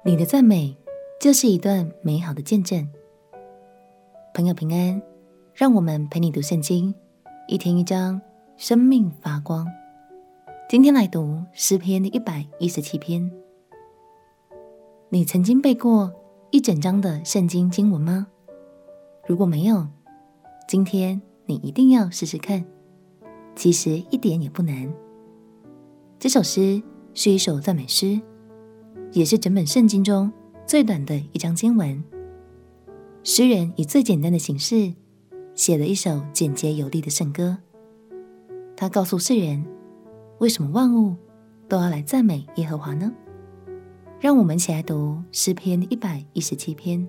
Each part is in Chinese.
你的赞美就是一段美好的见证。朋友平安，让我们陪你读圣经，一天一章，生命发光。今天来读诗篇117篇。你曾经背过一整章的圣经经文吗？如果没有，今天你一定要试试看，其实一点也不难。这首诗是一首赞美诗，也是整本圣经中最短的一章经文。诗人以最简单的形式写了一首简洁有力的圣歌。他告诉世人，为什么万物都要来赞美耶和华呢？让我们一起来读诗篇117篇。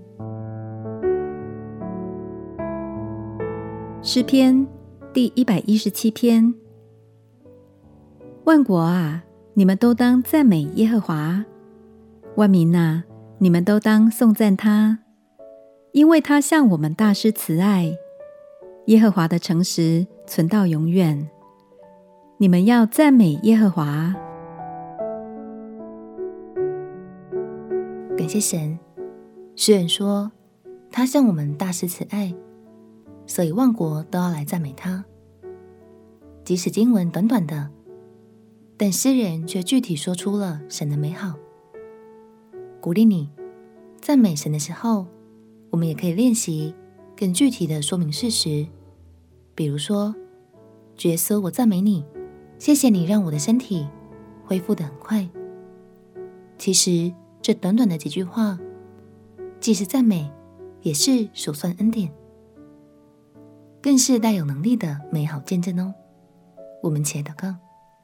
诗篇第117篇。万国啊，你们都当赞美耶和华；万民啊，你们都当颂赞他，因为他向我们大施慈爱，耶和华的诚实存到永远。你们要赞美耶和华。 感谢神，诗人说他向我们大施慈爱，所以万国都要来赞美他。即使经文短短的，但诗人却具体说出了神的美好。鼓励你赞美神的时候，我们也可以练习更具体的说明事实。比如说，主耶稣，我赞美你，谢谢你让我的身体恢复得很快。其实这短短的几句话，既是赞美，也是数算恩典，更是带有能力的美好见证哦。我们起来祷告。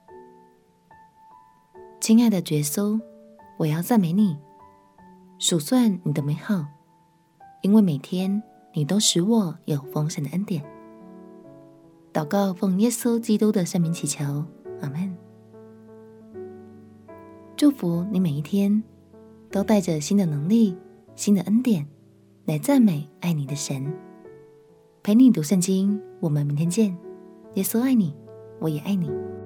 亲爱的主耶稣，我要赞美你，数算你的美好，因为每天你都使我有丰盛的恩典。祷告奉耶稣基督的圣名祈求，阿们。祝福你每一天都带着新的能力、新的恩典来赞美爱你的神。陪你读圣经，我们明天见。耶稣爱你，我也爱你。